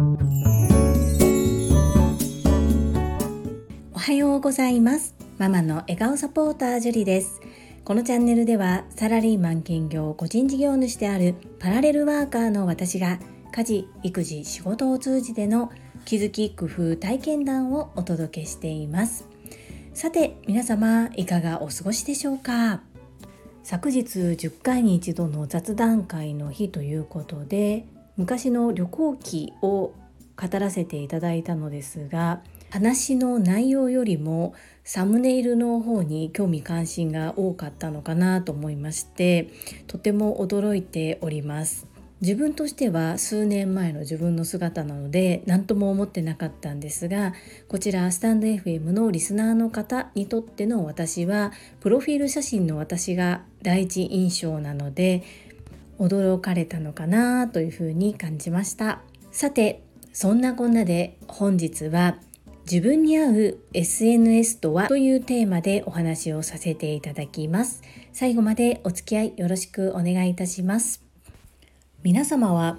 おはようございます。ママの笑顔サポータージュリです。このチャンネルではサラリーマン兼業個人事業主であるパラレルワーカーの私が家事・育児・仕事を通じての気づき・工夫・体験談をお届けしています。さて皆様いかがお過ごしでしょうか。昨日10回に一度の雑談会の日ということで昔の旅行記を語らせていただいたのですが、話の内容よりもサムネイルの方に興味関心が多かったのかなと思いまして、とても驚いております。自分としては数年前の自分の姿なので何とも思ってなかったんですが、こちらスタンド FM のリスナーの方にとっての私はプロフィール写真の私が第一印象なので驚かれたのかなというふうに感じました。さてそんなこんなで本日は自分に合う SNS とはというテーマでお話をさせていただきます。最後までお付き合いよろしくお願いいたします。皆様は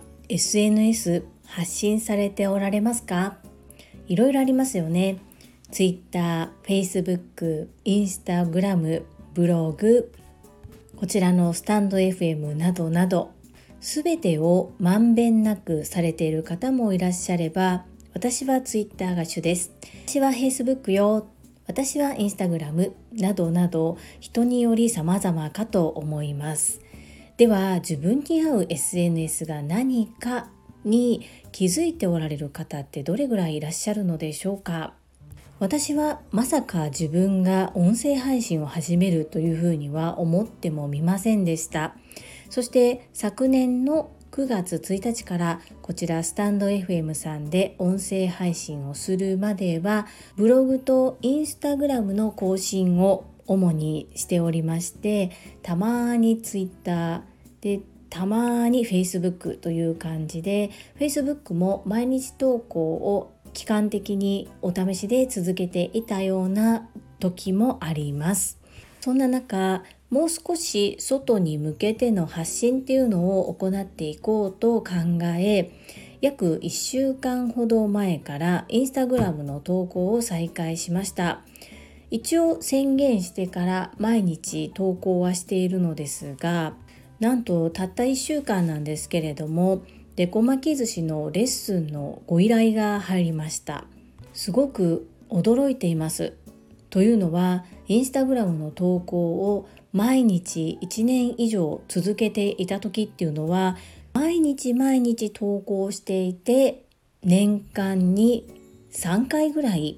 SNS 発信されておられますか？いろいろありますよね。Twitter、Facebook、Instagram、ブログ、こちらのスタンド FM などなど、すべてをまんべんなくされている方もいらっしゃれば、私は Twitter が主です。私は Facebook よ。私は Instagram などなど、人により様々かと思います。では、自分に合う SNS が何かに気づいておられる方ってどれぐらいいらっしゃるのでしょうか。私はまさか自分が音声配信を始めるというふうには思ってもみませんでした。そして昨年の9月1日からこちらスタンド FM さんで音声配信をするまではブログとインスタグラムの更新を主にしておりまして、たまに Twitter でたまに Facebook という感じで Facebook も毎日投稿を期間的にお試しで続けていたような時もあります。そんな中もう少し外に向けての発信っていうのを行っていこうと考え、約1週間ほど前からインスタグラムの投稿を再開しました。一応宣言してから毎日投稿はしているのですが、なんとたった1週間なんですけれども、デコ巻き寿司のレッスンのご依頼が入りました。すごく驚いています。というのはインスタグラムの投稿を毎日1年以上続けていた時っていうのは毎日投稿していて、年間に3回ぐらい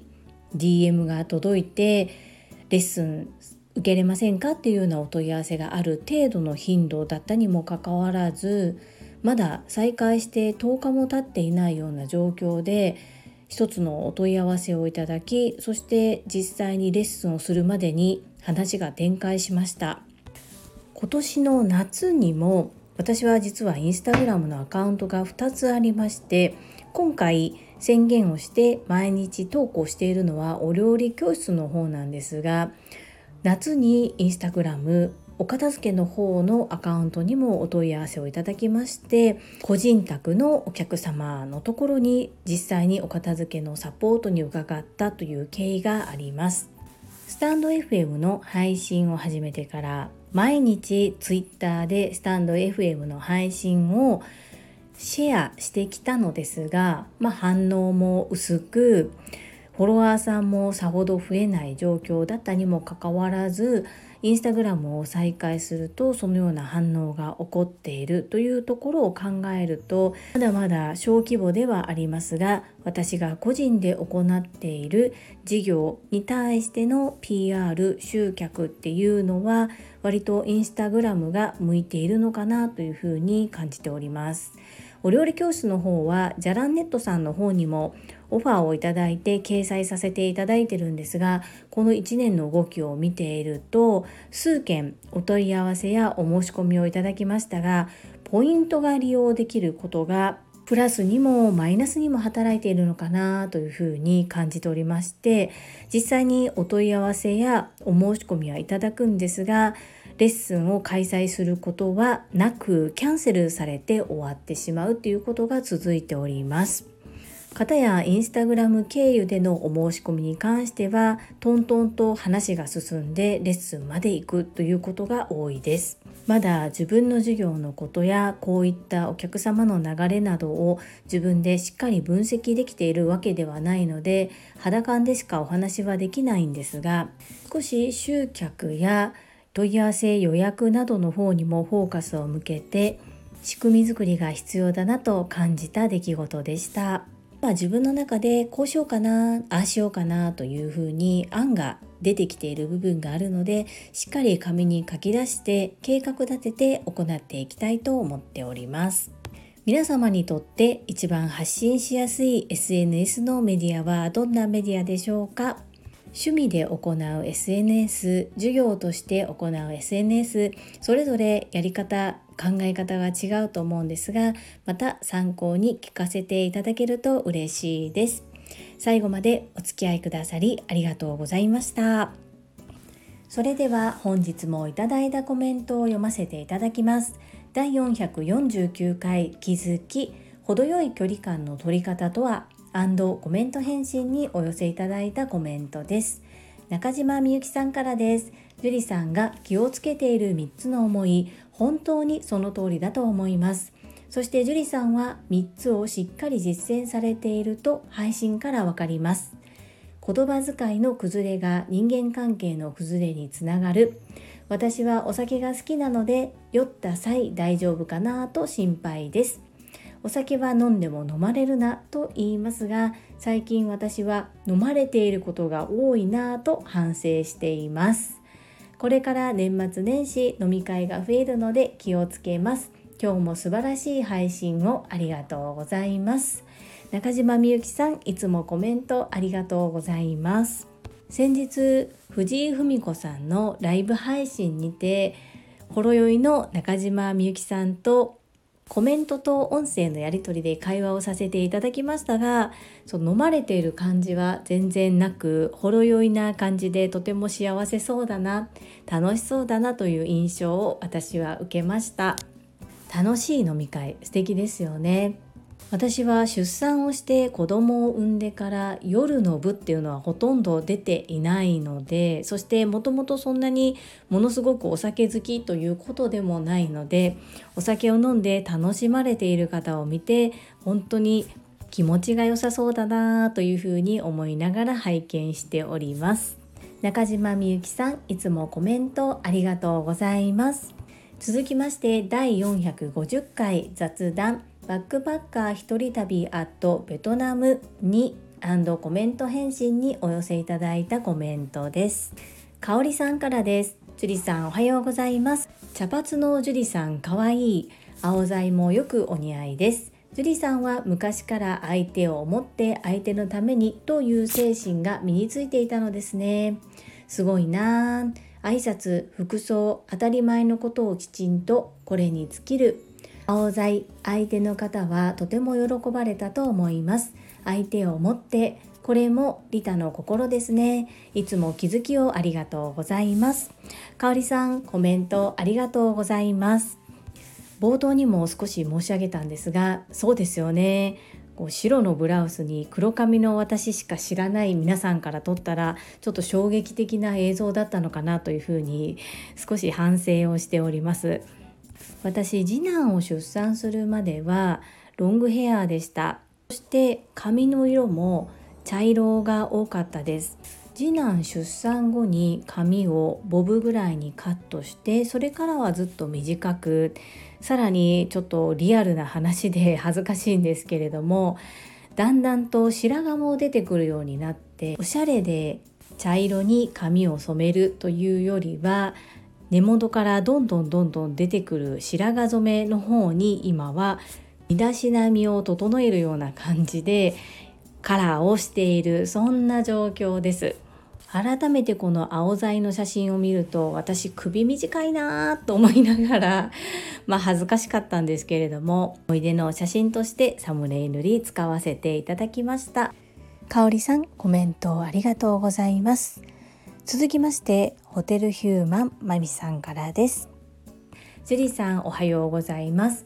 DM が届いてレッスン受けれませんかっていうようなお問い合わせがある程度の頻度だったにもかかわらず、まだ再開して10日も経っていないような状況で一つのお問い合わせをいただき、そして実際にレッスンをするまでに話が展開しました。今年の夏にも私は実はインスタグラムのアカウントが2つありまして、今回宣言をして毎日投稿しているのはお料理教室の方なんですが、夏にインスタグラムお片付けの方のアカウントにもお問い合わせをいただきまして、個人宅のお客様のところに実際にお片付けのサポートに伺ったという経緯があります。スタンド FM の配信を始めてから毎日 Twitter でスタンド FM の配信をシェアしてきたのですが、反応も薄くフォロワーさんもさほど増えない状況だったにもかかわらず、インスタグラムを再開するとそのような反応が起こっているというところを考えると、まだまだ小規模ではありますが、私が個人で行っている事業に対しての PR 集客っていうのは割とインスタグラムが向いているのかなというふうに感じております。お料理教室の方はじゃらんネットさんの方にもオファーをいただいて掲載させていただいてるんですが、この1年の動きを見ていると数件お問い合わせやお申し込みをいただきましたが、ポイントが利用できることがプラスにもマイナスにも働いているのかなというふうに感じておりまして、実際にお問い合わせやお申し込みはいただくんですが、レッスンを開催することはなくキャンセルされて終わってしまうということが続いております。 かたやインスタグラム経由でのお申し込みに関してはトントンと話が進んでレッスンまで行くということが多いです。まだ自分の授業のことやこういったお客様の流れなどを自分でしっかり分析できているわけではないので、肌感でしかお話はできないんですが、少し集客や問い合わせ予約などの方にもフォーカスを向けて仕組み作りが必要だなと感じた出来事でした。自分の中でこうしようかな、ああしようかなというふうに案が出てきている部分があるので、しっかり紙に書き出して計画立てて行っていきたいと思っております。皆様にとって一番発信しやすい SNS のメディアはどんなメディアでしょうか？趣味で行う SNS、授業として行う SNS、それぞれやり方、考え方が違うと思うんですが、また参考に聞かせていただけると嬉しいです。最後までお付き合いくださりありがとうございました。それでは本日もいただいたコメントを読ませていただきます。第449回気づき、程よい距離感の取り方とはコメント返信にお寄せいただいたコメントです。中島みゆきさんからです。樹里さんが気をつけている3つの思い、本当にその通りだと思います。そして樹里さんは3つをしっかり実践されていると配信からわかります。言葉遣いの崩れが人間関係の崩れにつながる。私はお酒が好きなので酔った際大丈夫かなと心配です。お酒は飲んでも飲まれるなと言いますが、最近私は飲まれていることが多いなと反省しています。これから年末年始飲み会が増えるので気をつけます。今日も素晴らしい配信をありがとうございます。中島みゆきさん、いつもコメントありがとうございます。先日藤井文子さんのライブ配信にてほろ酔いの中島みゆきさんとコメントと音声のやり取りで会話をさせていただきましたが、飲まれている感じは全然なく、ほろ酔いな感じでとても幸せそうだな、楽しそうだなという印象を私は受けました。楽しい飲み会、素敵ですよね。私は出産をして子供を産んでから夜の部っていうのはほとんど出ていないので、そしてもともとそんなにものすごくお酒好きということでもないので、お酒を飲んで楽しまれている方を見て本当に気持ちが良さそうだなというふうに思いながら拝見しております。中島みゆきさん、いつもコメントありがとうございます。続きまして第450回雑談バックパッカー一人旅ベトナムにコメント返信にお寄せいただいたコメントです。かおりさんからです。ジュリさんおはようございます。茶髪のジュリさんかわいい。青材もよくお似合いです。ジュリさんは昔から相手を思って相手のためにという精神が身についていたのですね。すごいな。挨拶、服装、当たり前のことをきちんとこれに尽きる。青材、相手の方はとても喜ばれたと思います。相手を思って、これも利他の心ですね。いつも気づきをありがとうございます。かおりさん、コメントありがとうございます。冒頭にも少し申し上げたんですが、そうですよね。白のブラウスに黒髪の私しか知らない皆さんから撮ったらちょっと衝撃的な映像だったのかなというふうに少し反省をしております。私、次男を出産するまではロングヘアでした。そして髪の色も茶色が多かったです。次男出産後に髪をボブぐらいにカットして、それからはずっと短く、さらにちょっとリアルな話で恥ずかしいんですけれども、だんだんと白髪も出てくるようになって、おしゃれで茶色に髪を染めるというよりは根元からどんどん出てくる白髪染めの方に今は身だしなみを整えるような感じでカラーをしている、そんな状況です。改めてこの青材の写真を見ると、私首短いなと思いながら恥ずかしかったんですけれども、思い出の写真としてサムネイルに使わせていただきました。かおりさん、コメントありがとうございます。続きましてホテルヒューマンまみさんからです。ジュリさんおはようございます。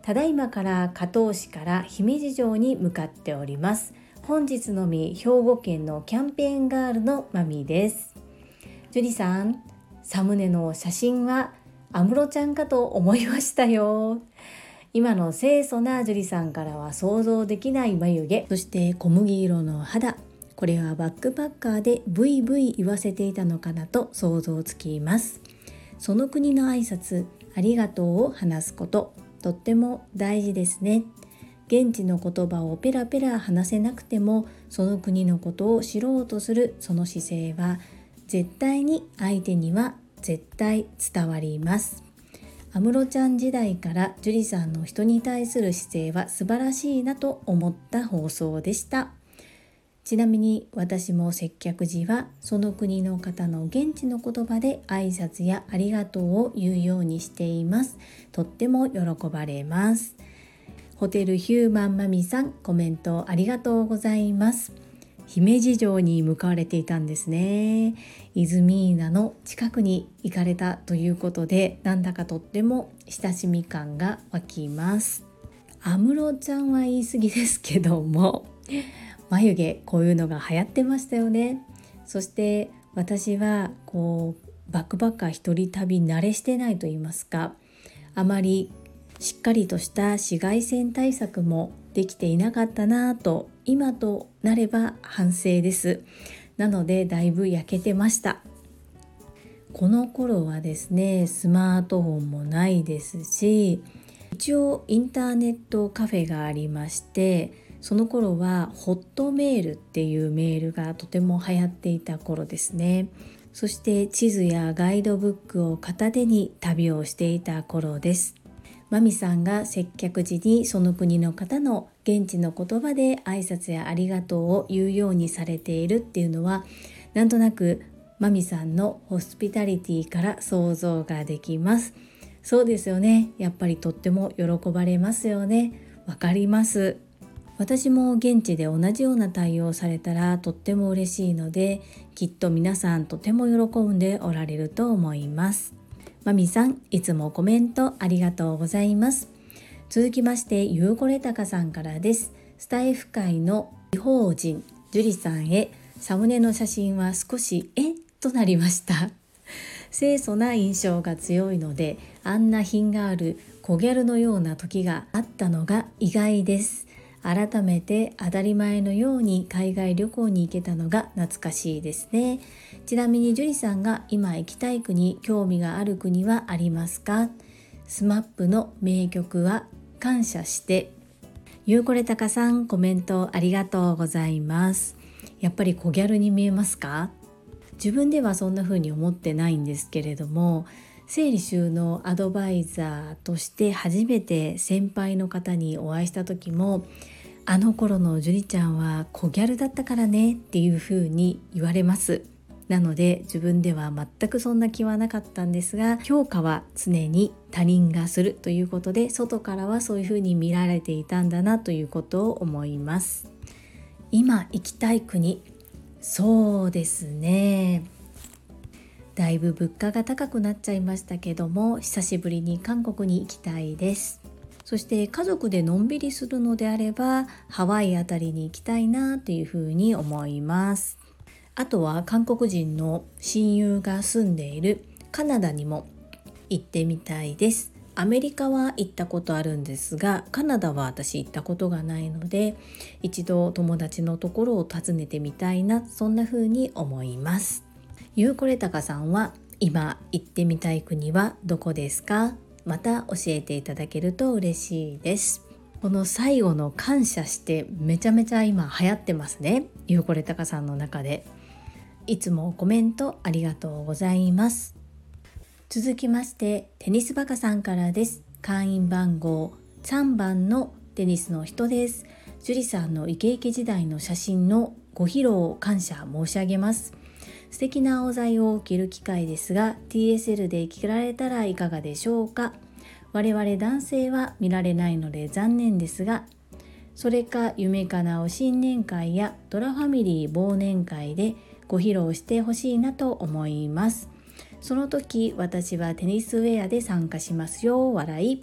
ただいまから加東市から姫路城に向かっております。本日のみ兵庫県のキャンペーンガールのまみです。ジュリさん、サムネの写真は安室ちゃんかと思いましたよ。今の清楚なジュリさんからは想像できない眉毛、そして小麦色の肌、これはバックパッカーでブイブイ言わせていたのかなと想像つきます。その国の挨拶、ありがとうを話すこと、とっても大事ですね。現地の言葉をペラペラ話せなくても、その国のことを知ろうとするその姿勢は絶対に相手には絶対伝わります。安室ちゃん時代からジュリさんの人に対する姿勢は素晴らしいなと思った放送でした。ちなみに私も接客時はその国の方の現地の言葉で挨拶やありがとうを言うようにしています。とっても喜ばれます。ホテルヒューマンマミさん、コメントありがとうございます。姫路城に向かわれていたんですね。イズミーナの近くに行かれたということで、なんだかとっても親しみ感が湧きます。安室ちゃんは言い過ぎですけども、眉毛こういうのが流行ってましたよね。そして私はバックパッカー一人旅慣れしてないと言いますか、あまりしっかりとした紫外線対策もできていなかったなと今となれば反省です。なのでだいぶ焼けてました。この頃はですね、スマートフォンもないですし、一応インターネットカフェがありまして、その頃はホットメールっていうメールがとても流行っていた頃ですね。そして地図やガイドブックを片手に旅をしていた頃です。マミさんが接客時にその国の方の現地の言葉で挨拶やありがとうを言うようにされているっていうのは、なんとなくマミさんのホスピタリティから想像ができます。そうですよね。やっぱりとっても喜ばれますよね。わかります。私も現地で同じような対応されたらとっても嬉しいので、きっと皆さんとても喜んでおられると思います。マミさん、いつもコメントありがとうございます。続きまして、ゆうこれたかさんからです。スタイフ界の異邦人、ジュリさんへ、サムネの写真は少しとなりました。清楚な印象が強いので、あんな品がある小ギャルのような時があったのが意外です。改めて当たり前のように海外旅行に行けたのが懐かしいですね。ちなみにジュリさんが今行きたい国、興味がある国はありますか？スマップの名曲は感謝して。ゆうこれたかさん、コメントありがとうございます。やっぱり小ギャルに見えますか？自分ではそんな風に思ってないんですけれども、整理収納アドバイザーとして初めて先輩の方にお会いした時も、あの頃のジュリちゃんは小ギャルだったからねっていう風に言われます。なので自分では全くそんな気はなかったんですが、評価は常に他人がするということで、外からはそういう風に見られていたんだなということを思います。今行きたい国、そうですね、だいぶ物価が高くなっちゃいましたけども、久しぶりに韓国に行きたいです。そして家族でのんびりするのであればハワイあたりに行きたいなというふうに思います。あとは韓国人の親友が住んでいるカナダにも行ってみたいです。アメリカは行ったことあるんですが、カナダは私行ったことがないので、一度友達のところを訪ねてみたいな、そんな風に思います。ゆうこれたかさんは今行ってみたい国はどこですか？また教えていただけると嬉しいです。この最後の感謝してめちゃめちゃ今流行ってますね。ゆうこれたかさんの中で。いつもコメントありがとうございます。続きましてテニスバカさんからです。会員番号3番のテニスの人です。ジュリさんのイケイケ時代の写真のご披露感謝申し上げます。素敵な青材を着る機会ですが TSL で着られたらいかがでしょうか。我々男性は見られないので残念ですが、それか夢かなお新年会やドラファミリー忘年会でご披露してほしいなと思います。その時私はテニスウェアで参加しますよ、笑い。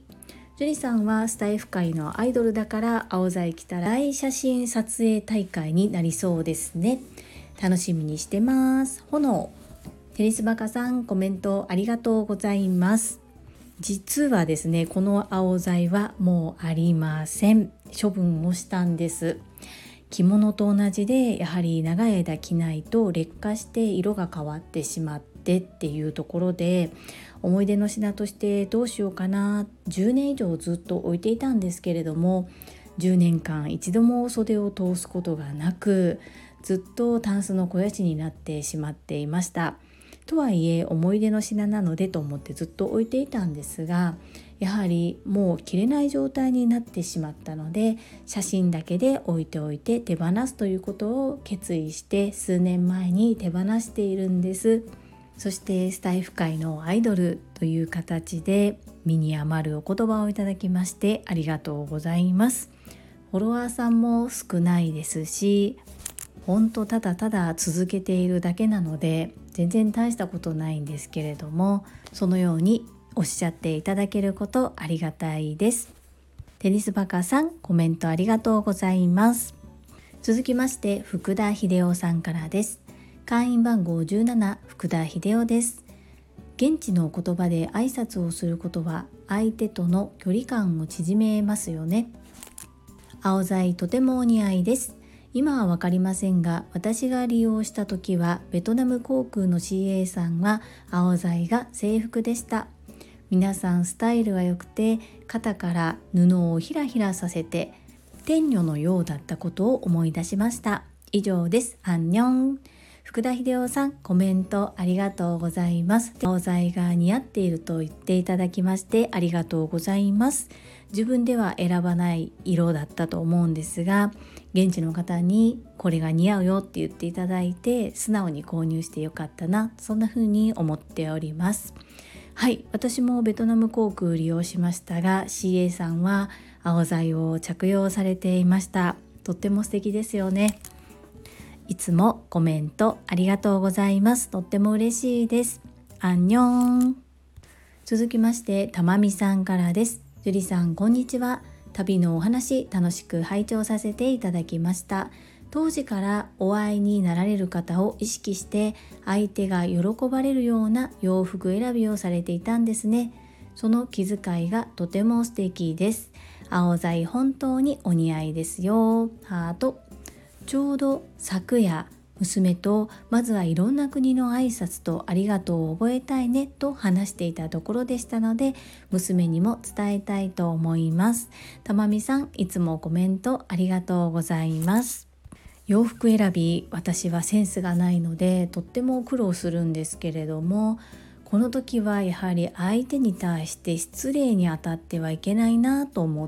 ジュリさんはスタイフ界のアイドルだから青材来たら大写真撮影大会になりそうですね。楽しみにしてます。炎。テニスバカさん、コメントありがとうございます。実はですね、この青材はもうありません。処分をしたんです。着物と同じで、やはり長い間着ないと劣化して色が変わってしまってっていうところで、思い出の品としてどうしようかな、10年以上ずっと置いていたんですけれども、10年間一度も袖を通すことがなく、ずっとタンスの肥やしになってしまっていました。とはいえ思い出の品なのでと思ってずっと置いていたんですが、やはりもう着れない状態になってしまったので、写真だけで置いておいて手放すということを決意して数年前に手放しているんです。そしてスタイフ界のアイドルという形で身に余るお言葉をいただきましてありがとうございます。フォロワーさんも少ないですし、本当ただただ続けているだけなので全然大したことないんですけれども、そのようにおっしゃっていただけることありがたいです。テニスバカさん、コメントありがとうございます。続きまして福田秀夫さんからです。会員番号17、福田秀夫です。現地の言葉で挨拶をすることは相手との距離感を縮めますよね。青材とてもお似合いです。今はわかりませんが、私が利用した時はベトナム航空の CA さんは青材が制服でした。皆さんスタイルが良くて、肩から布をひらひらさせて天女のようだったことを思い出しました。以上です。アンニョン。福田秀夫さん、コメントありがとうございます。青材が似合っていると言っていただきましてありがとうございます。自分では選ばない色だったと思うんですが、現地の方にこれが似合うよって言っていただいて素直に購入してよかったな、そんな風に思っております。はい、私もベトナム航空利用しましたが、 CA さんは青材を着用されていました。とっても素敵ですよね。いつもコメントありがとうございます。とっても嬉しいです。アンニョン。続きましてたまみさんからです。ジュリさん、こんにちは。旅のお話楽しく拝聴させていただきました。当時からお会いになられる方を意識して相手が喜ばれるような洋服選びをされていたんですね。その気遣いがとても素敵です。青材本当にお似合いですよ。ハート。ちょうど昨夜娘とまずはいろんな国の挨拶とありがとうを覚えたいねと話していたところでしたので、娘にも伝えたいと思います。たまみさん、いつもコメントありがとうございます。洋服選び、私はセンスがないのでとっても苦労するんですけれども、この時はやはり相手に対して失礼に当たってはいけないなと思って、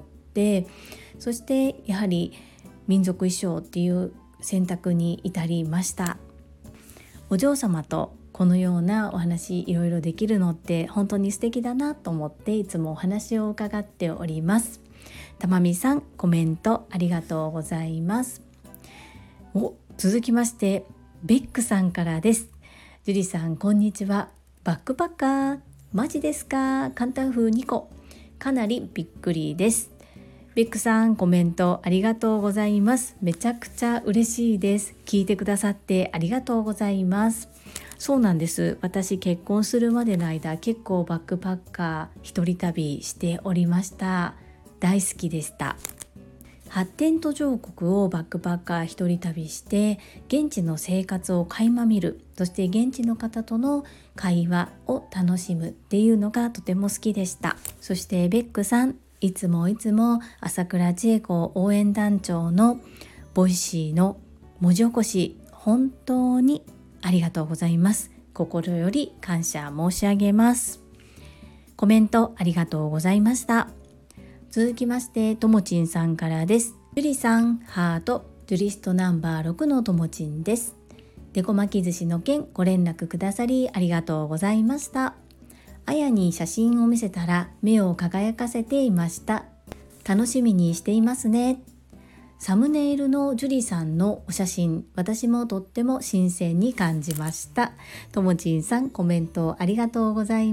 そしてやはり民族衣装っていう選択に至りました。お嬢様とこのようなお話いろいろできるのって本当に素敵だなと思って、いつもお話を伺っております。たまみさん、コメントありがとうございます。続きましてベックさんからです。ジュリさん、こんにちは。バックパッカーマジですか？簡単風2個、かなりびっくりです。ベックさん、コメントありがとうございます。めちゃくちゃ嬉しいです。聞いてくださってありがとうございます。そうなんです。私結婚するまでの間、結構バックパッカー一人旅しておりました。大好きでした。発展途上国をバックパッカー一人旅して現地の生活を垣間見る、そして現地の方との会話を楽しむっていうのがとても好きでした。そしてベックさん、いつも朝倉千恵子応援団長のボイシーの文字起こし、本当にありがとうございます。心より感謝申し上げます。コメントありがとうございました。続きましてともちんさんからです。ジュリさん、ハート。ジュリストナンバー6のともちんです。デコ巻き寿司の件ご連絡くださりありがとうございました。あやに写真を見せたら目を輝かせていました。楽しみにしていますね。サムネイルのジュリさんのお写真、私もとっても新鮮に感じました。ともちんさん、コメントありがとうございます。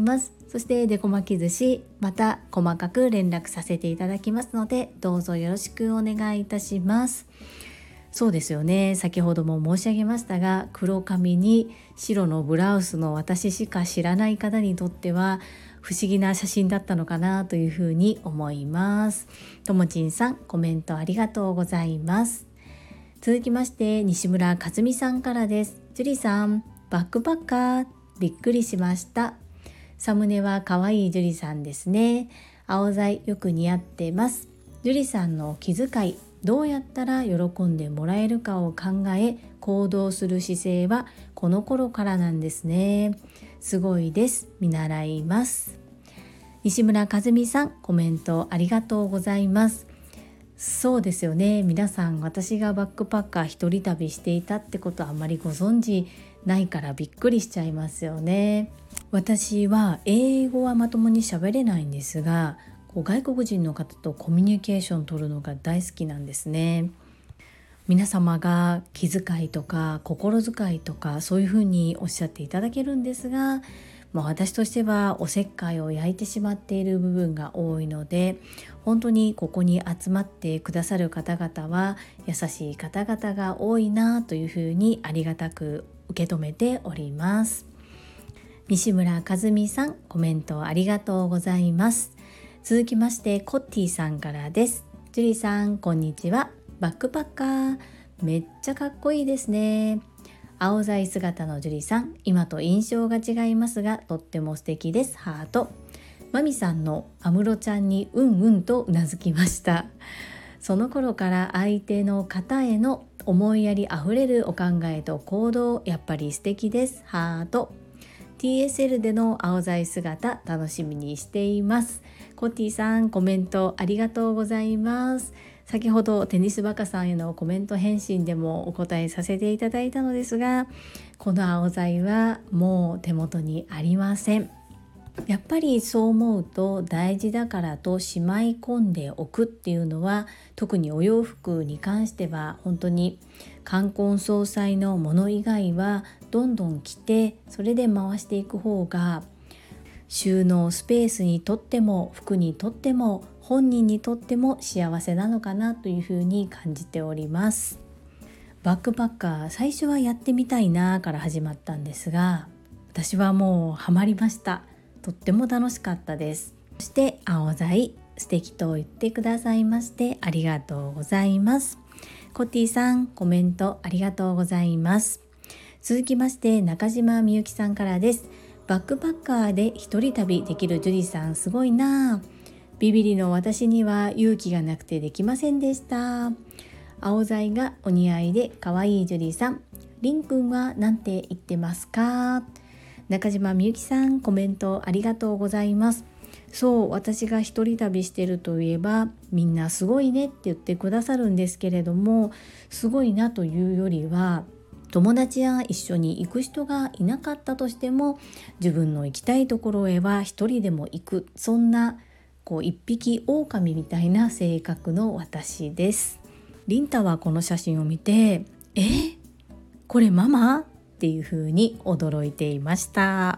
そしてデコ巻き寿司また細かく連絡させていただきますので、どうぞよろしくお願いいたします。そうですよね、先ほども申し上げましたが、黒髪に白のブラウスの私しか知らない方にとっては不思議な写真だったのかなというふうに思います。ともちんさん、コメントありがとうございます。続きまして西村和美さんからです。ジュリさん、バックパッカーびっくりしました。サムネは可愛いジュリさんですね。青材よく似合ってます。ジュリさんの気遣い、どうやったら喜んでもらえるかを考え行動する姿勢はこの頃からなんですね。すごいです。見習います。西村和美さん、コメントありがとうございます。そうですよね、皆さん私がバックパッカー一人旅していたってことはあまりご存知ないからびっくりしちゃいますよね。私は英語はまともに喋れないんですが、外国人の方とコミュニケーション取るのが大好きなんですね。皆様が気遣いとか心遣いとかそういうふうにおっしゃっていただけるんですが、私としてはおせっかいを焼いてしまっている部分が多いので、本当にここに集まってくださる方々は優しい方々が多いなというふうにありがたく受け止めております。西村和美さん、コメントありがとうございます。続きましてコッティさんからです。ジュリさん、こんにちは。バックパッカーめっちゃかっこいいですね。青材姿のジュリさん、今と印象が違いますがとっても素敵です。ハート。マミさんの安室ちゃんにうんうんとうなずきました。その頃から相手の方への思いやりあふれるお考えと行動、やっぱり素敵です。ハート。TSL での青材姿楽しみにしています。コッティさん、コメントありがとうございます。先ほどテニスバカさんへのコメント返信でもお答えさせていただいたのですが、この青材はもう手元にありません。やっぱりそう思うと大事だからとしまい込んでおくっていうのは、特にお洋服に関しては本当に冠婚葬祭のもの以外はどんどん着て、それで回していく方が収納スペースにとっても服にとっても本人にとっても幸せなのかなというふうに感じております。バックパッカー最初はやってみたいなから始まったんですが、私はもうハマりました。とっても楽しかったです。そして青材素敵と言ってくださいましてありがとうございます。コッティさん、コメントありがとうございます。続きまして中島みゆきさんからです。バックパッカーで一人旅できるジュリさんすごいな。ビビリの私には勇気がなくてできませんでした。青材がお似合いで可愛いジュリさん。りんくんはなんて言ってますか。中島みゆきさん、コメントありがとうございます。そう、私が一人旅してるといえばみんなすごいねって言ってくださるんですけれども、すごいなというよりは、友達や一緒に行く人がいなかったとしても自分の行きたいところへは一人でも行く、そんな一匹狼みたいな性格の私です。リンタはこの写真を見て、これママ？っていう風に驚いていました。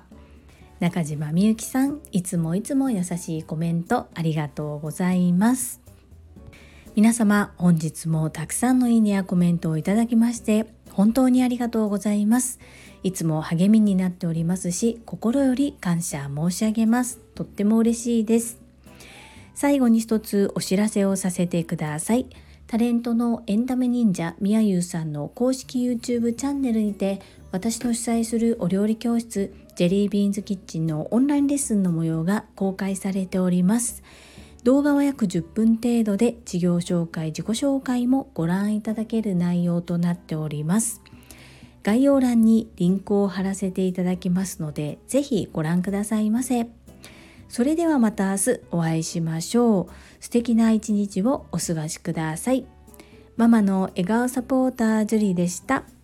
中島みゆきさん、いつもいつも優しいコメントありがとうございます。皆様、本日もたくさんのいいねやコメントをいただきまして本当にありがとうございます。いつも励みになっておりますし、心より感謝申し上げます。とっても嬉しいです。最後に一つお知らせをさせてください。タレントのエンタメ忍者みやゆうさんの公式 YouTube チャンネルにて、私の主催するお料理教室ジェリービーンズキッチンのオンラインレッスンの模様が公開されております。動画は約10分程度で、事業紹介、自己紹介もご覧いただける内容となっております。概要欄にリンクを貼らせていただきますので、ぜひご覧くださいませ。それではまた明日お会いしましょう。素敵な一日をお過ごしください。ママの笑顔サポータージュリでした。